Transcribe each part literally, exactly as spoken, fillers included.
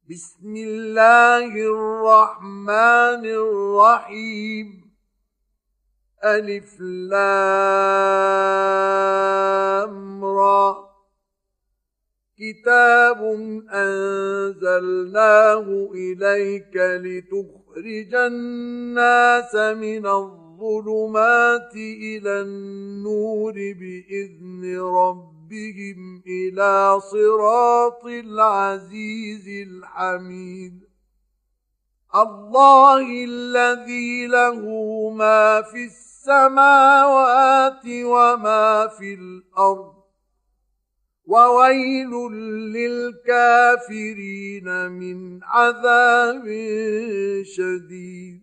بسم الله الرحمن الرحيم. ألف لام را. كتاب أنزلناه إليك لتخرج الناس من الظلمات إلى النور بإذن ربهم بهم إلى صراط العزيز الحميد. الله الذي له ما في السماوات وما في الأرض وويل للكافرين من عذاب شديد.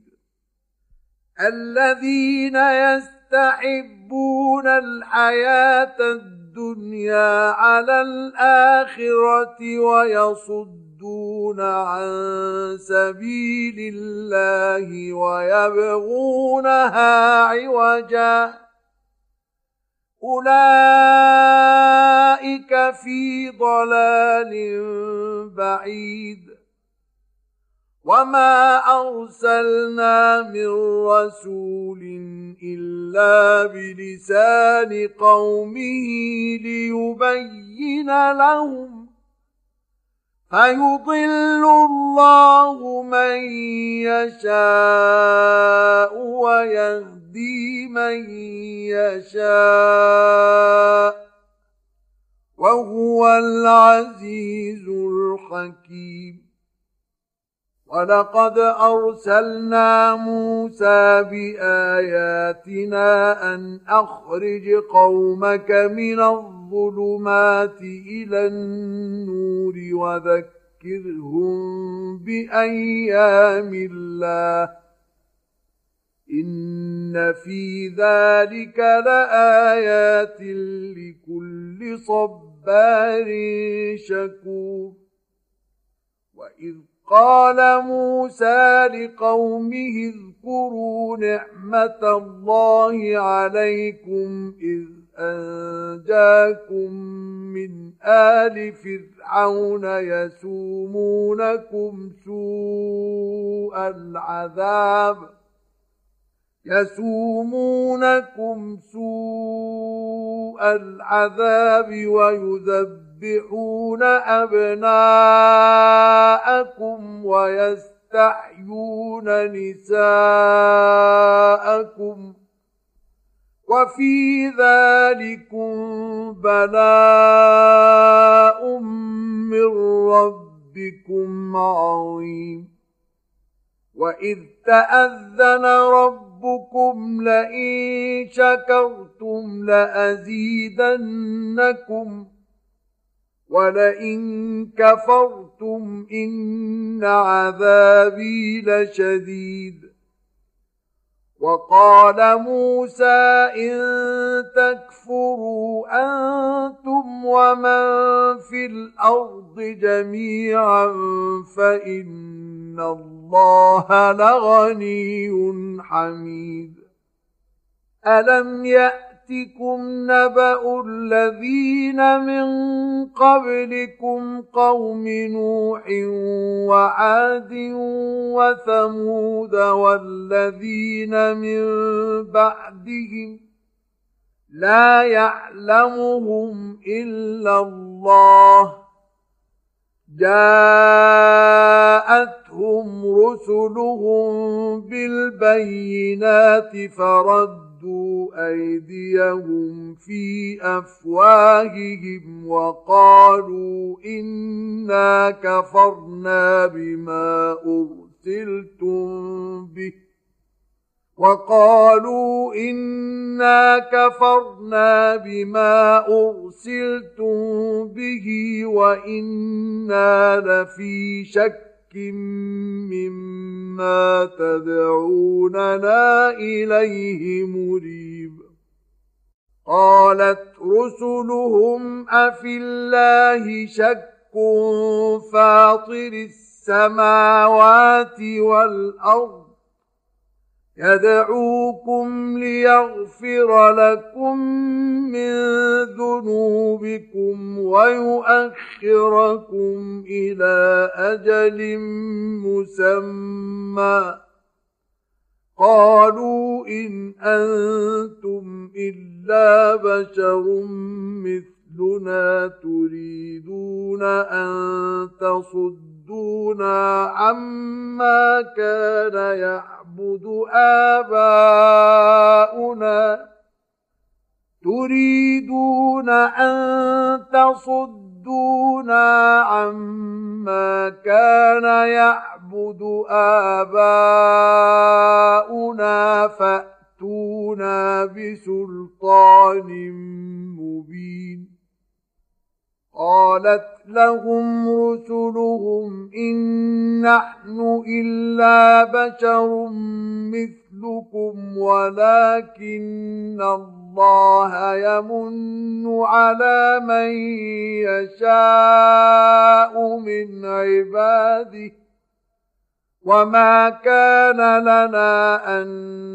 الذين يستحبون الحياة الدنيا الدنيا على الآخرة ويصدون عن سبيل الله ويبغونها عوجا أولئك في ضلال بعيد. وما أرسلنا من رسول إلا بلسان قومه ليبين لهم فيضل الله من يشاء ويهدي من يشاء وهو العزيز الحكيم. ولقد أرسلنا موسى بآياتنا أن أخرج قومك من الظلمات إلى النور وذكرهم بأيام الله إن في ذلك لآيات لكل صبار شكور. وإذ قال موسى لقومه اذكروا نعمة الله عليكم إذ أنجاكم من آل فرعون يسومونكم سوء العذاب يسومونكم سوء العذاب ويذبحون أبناءكم ويستحيون نساءكم وفي ذلكم بلاء من ربكم عظيم. وإذ تأذن ربكم لئن شكرتم لأزيدنكم ولئن كفرتم إن عذابي لشديد. وقال موسى إن تكفروا أنتم ومن في الأرض جميعا فإن الله لغني حميد. ألم يأتكم نبأ الذين من قبلكم قوم نوح وعاد وثمود والذين من بعدهم لا يعلمهم إلا الله جاءتهم رسلهم بالبينات فردوا أيديهم في أفواههم وقالوا إنا كفرنا بما أرسلتم به وقالوا إنا كفرنا بما أرسلتم به وإنا لفي شك مما تدعوننا إليه مريب. قالت رسلهم أفي الله شك فاطر السماوات والأرض يدعوكم ليغفر لكم من ذنوبكم ويؤخركم إلى أجل مسمى قالوا إن أنتم إلا بشر مثلنا تريدون أن تصدونا عما كان يعبد آباؤنا تريدون أن تصدونا عما كان يعبد آباؤنا فأتونا بسلطان مبين قالت لهم رسلهم إن نحن إلا بشر مثلكم ولكن الله يمن على من يشاء من عباده وما كان لنا أن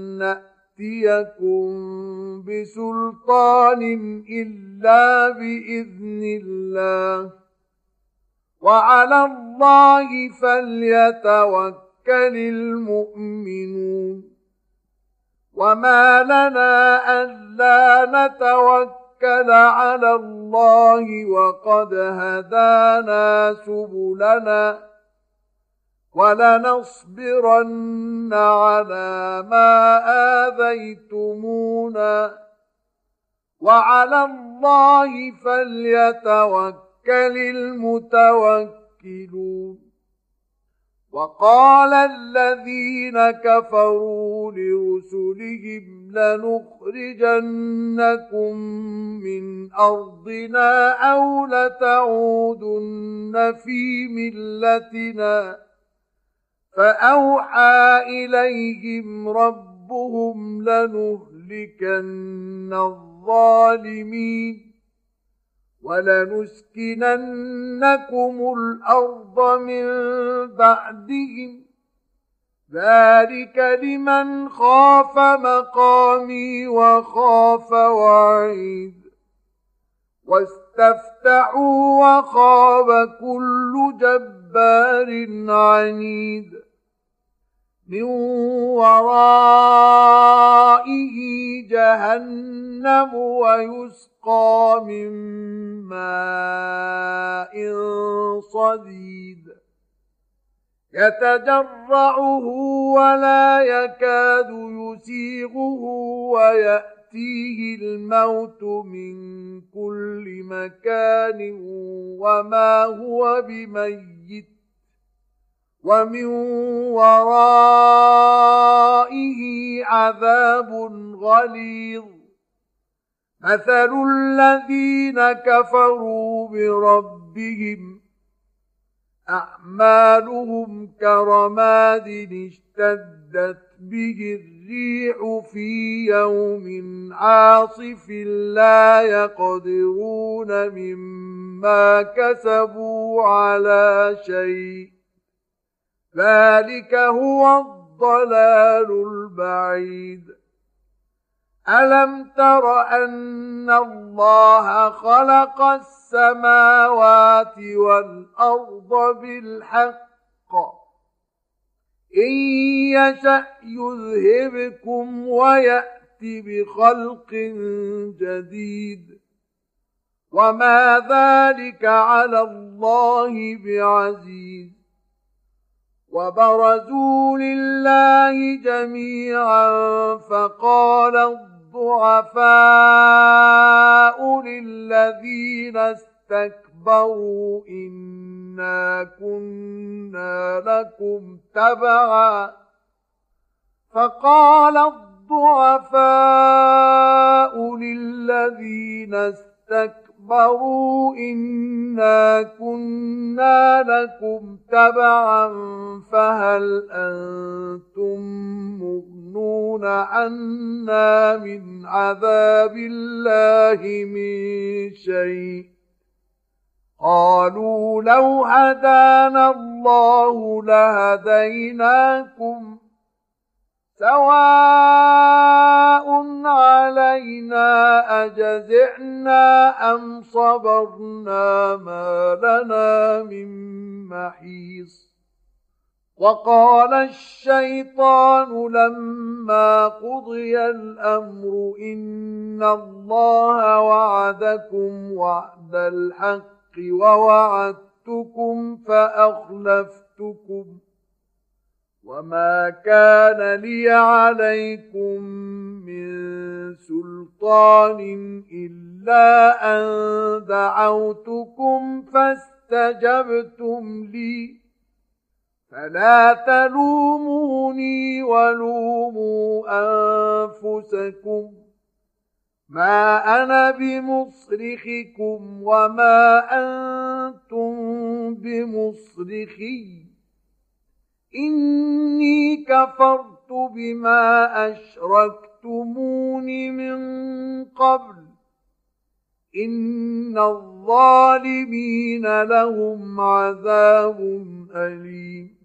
نأتيكم بسلطان إلا بإذن الله وعلى الله فليتوكل المؤمنون وما لنا ألا نتوكل على الله وقد هدانا سبلنا ولنصبرن على ما آذيتمونا وعلى الله فليتوكل المتوكلون وقال الذين كفروا لرسلهم لنخرجنكم من أرضنا أو لتعودن في ملتنا فأوحى إليهم ربهم لنهلكن الظالمين ولنسكننكم الأرض من بعدهم ذلك لمن خاف مقامي وخاف وعيد واستفتحوا وخاب كل جبار عنيد من ورائه جهنم ويسقى من ماء صديد يتجرعه ولا يكاد يسيغه ويأتيه الموت من كل مكان وما هو بميت ومن ورائه عذاب غليظ مثل الذين كفروا بربهم أعمالهم كرماد اشتدت به الريح في يوم عاصف لا يقدرون مما كسبوا على شيء ذلك هو الضلال البعيد ألم تر أن الله خلق السماوات والأرض بالحق إن يشأ يذهبكم ويأتي بخلق جديد وما ذلك على الله بعزيز وبرزوا لله جميعا فقال الضعفاء للذين استكبروا إنا كنا لكم تبعا فقال الضعفاء للذين استكبروا إنا كنا لكم تبعا فهل أنتم مغنون عنا من عذاب الله من شيء قالوا لو هدانا الله لهديناكم سواء علينا أجزعنا أم صبرنا ما لنا من محيص وقال الشيطان لما قضي الأمر إن الله وعدكم وعد الحق ووعدتكم فأخلفتكم وما كان لي عليكم من سلطان إلا أن دعوتكم فاستجبتم لي فلا تلوموني ولوموا أنفسكم ما أنا بمصرخكم وما أنتم بمصرخي إني كفرت بما أشركتمون من قبل إن الظالمين لهم عذاب أليم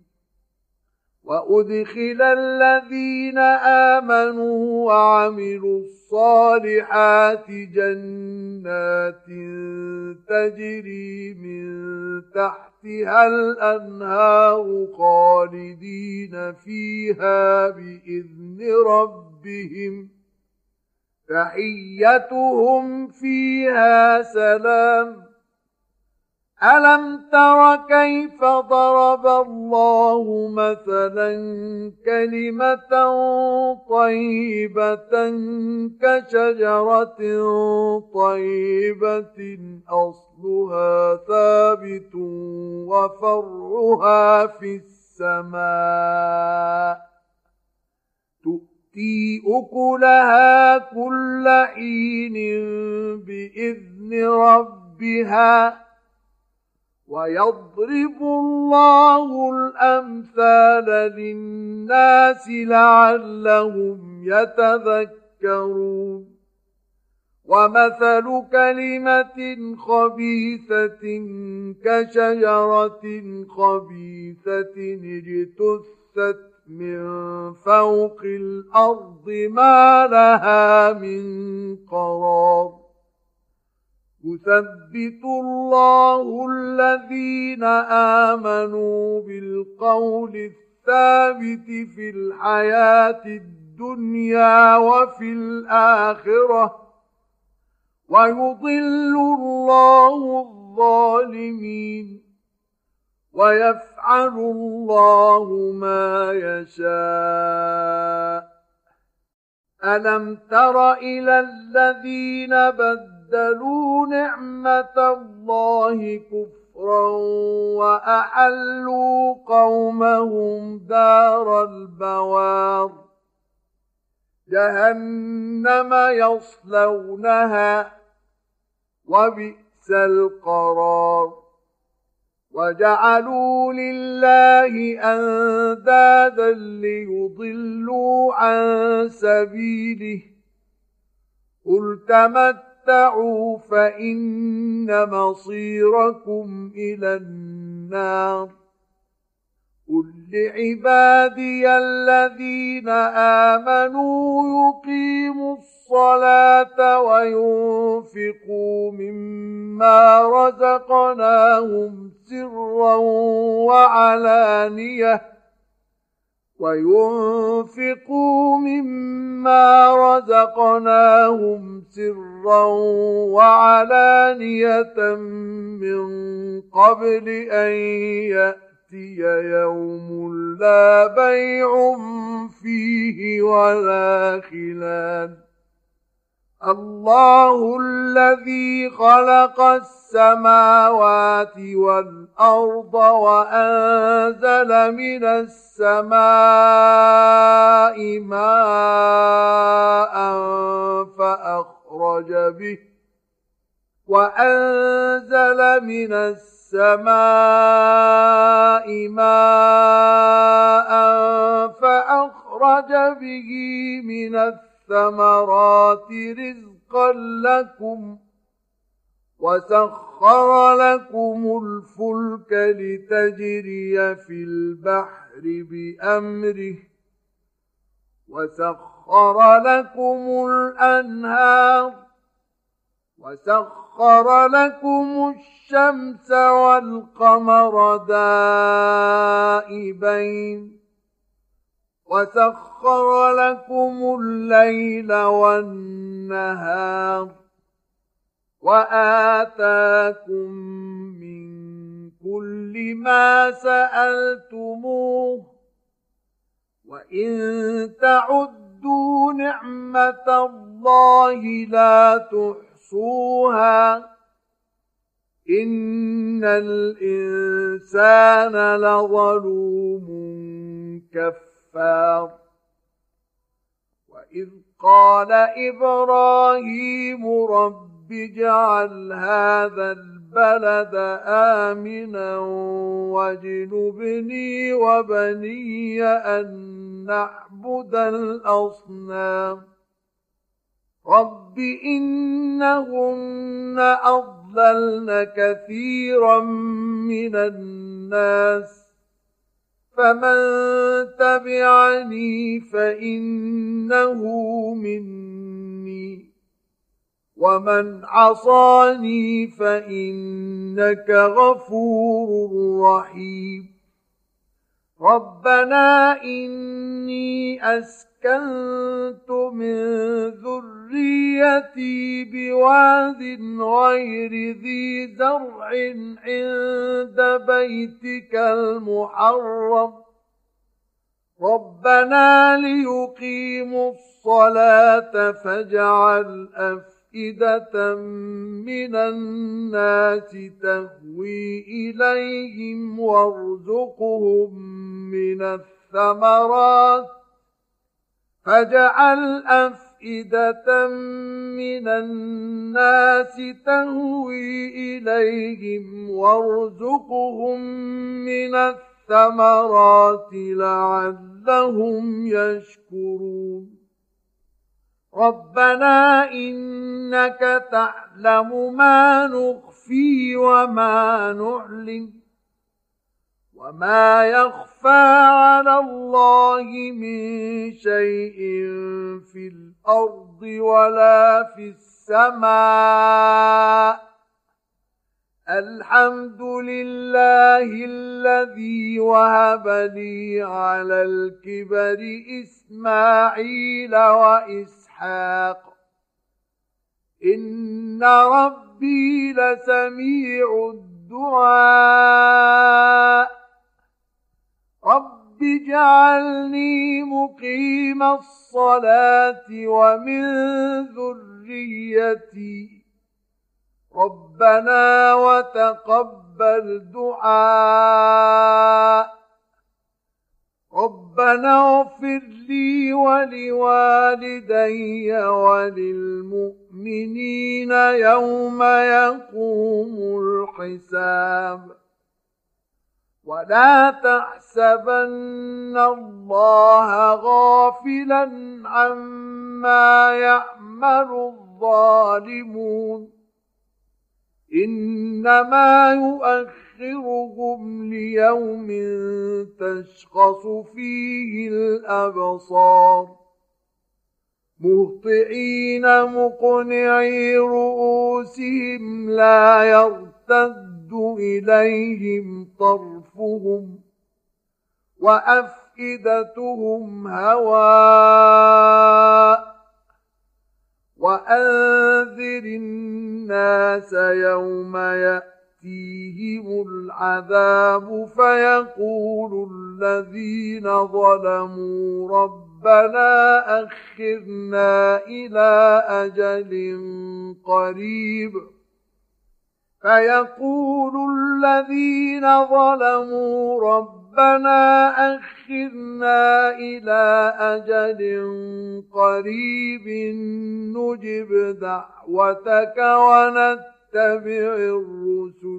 وأدخل الذين آمنوا وعملوا الصالحات جنات تجري من تحتها الأنهار خالدين فيها بإذن ربهم تحيتهم فيها سلام ألم تر كيف ضرب الله مثلا كلمة طيبة كشجرة طيبة أصلها ثابت وفرعها في السماء تؤتي أكلها كل حين بإذن ربها ويضرب الله الأمثال للناس لعلهم يتذكرون ومثل كلمة خبيثة كشجرة خبيثة اجتثت من فوق الأرض ما لها من قرار يثبت الله الذين آمنوا بالقول الثابت في الحياة الدنيا وفي الآخرة ويضل الله الظالمين ويفعل الله ما يشاء ألم تر إلى الذين بدلوا بدلوا نعمة الله كفرا وأحلوا قومهم دار البوار جهنم يصلونها وبئس القرار وجعلوا لله أندادا ليضلوا عن سبيله قل تمتعوا تَمَتَّعُوا فَإِنَّ مَصِيرَكُمْ إِلَى النَّارِ قُل لِّعِبَادِيَ الَّذِينَ آمَنُوا يُقِيمُوا الصَّلَاةَ وَيُنفِقُوا مِمَّا رَزَقْنَاهُمْ سِرًّا وَعَلَانِيَةً وَيُنْفِقُوا مِمَّا رَزَقْنَاهُمْ سِرًّا وَعَلَانِيَةً مِّن قَبْلِ أَن يَأْتِيَ يَوْمٌ لَّا بَيْعٌ فِيهِ وَلَا خِلَالٌ الله الذي خلق السماوات والأرض وأنزل من السماء ماء فأخرج به وأنزل من السماء ماء فأخرج به من الثمرات رزقا لكم وسخر لكم الفلك لتجري في البحر بأمره وسخر لكم الأنهار وسخر لكم الشمس والقمر دائبين وسخر لكم الليل والنهار وآتاكم من كل ما سألتموه وإن تعدوا نعمة الله لا تحصوها إن الإنسان لظلوم كفار وإذ قال إبراهيم رب اجعل هذا البلد آمنا واجنبني وبني أن نعبد الأصنام رب إنهن أضللن كثيرا من الناس فمن تبعني فإنه مني ومن عصاني فإنك غفور رحيم ربنا إني أسكنت من ذريتي بواد غير ذي زرع عند بيتك المحرم ربنا ليقيموا الصلاة فاجعل أفئدة من الناس تهوي إليهم وارزقهم من الثمرات فاجعل أفئدة من الناس تهوي إليهم وارزقهم من الثمرات لعلهم يشكرون ربنا إنك تعلم ما نخفي وما نعلن وما يخفى على الله من شيء في الأرض ولا في السماء الحمد لله الذي وهب لي على الكبر إسماعيل وإسحاق إن ربي لسميع الدعاء رب اجعلني مقيم الصلاة ومن ذريتي ربنا وتقبل دعاء ربنا اغفر لي ولوالدي وللمؤمنين يوم يقوم الحساب ولا تحسبن الله غافلا عما يعمل الظالمون إنما يؤخرهم ليوم تشخص فيه الأبصار مهطعين مقنعي رؤوسهم لا يرتد إليهم طرفهم وأفئدتهم هواء وأنذر الناس يوم يأتيهم العذاب فيقول الذين ظلموا ربنا أخرنا إلى أجل قريب فيقول الذين ظلموا ربنا أخرنا إلى أجل قريب نجب دعوتك ونتبع الرسل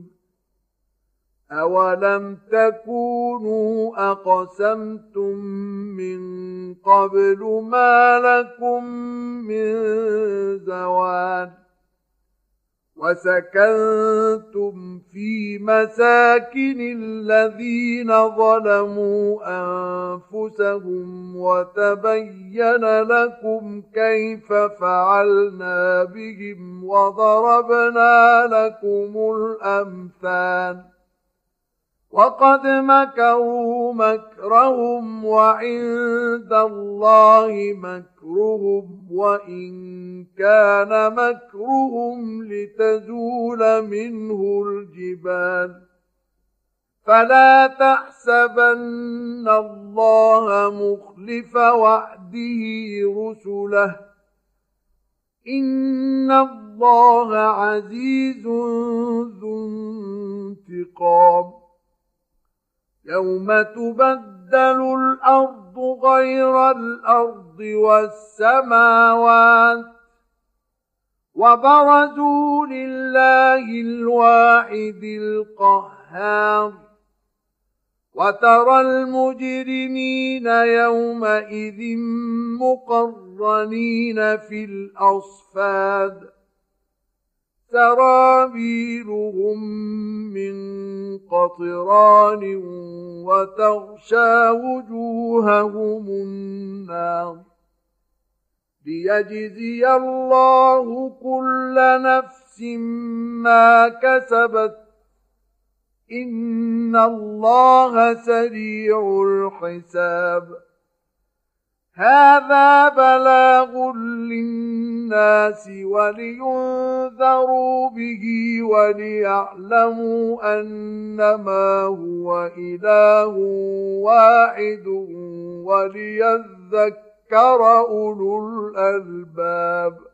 أولم تكونوا أقسمتم من قبل ما لكم من زوال وسكنتم في مساكن الذين ظلموا أنفسهم وتبين لكم كيف فعلنا بهم وضربنا لكم الأمثال وقد مكروا مكرهم وعند الله مكرهم وإن كان مكرهم لتزول منه الجبال فلا تحسبن الله مخلف وعده رسله إن الله عزيز ذو انتقام يوم تبدل الأرض غير الأرض والسماوات وبرزوا لله الواحد القهار وترى المجرمين يومئذ مقرنين في الأصفاد سرابيلهم من قطران وتغشى وجوههم النار ليجزي الله كل نفس ما كسبت إن الله سريع الحساب هذا بلاغ للناس ولينذروا به وليعلموا أنما هو إله واحد وليذكر أولو الألباب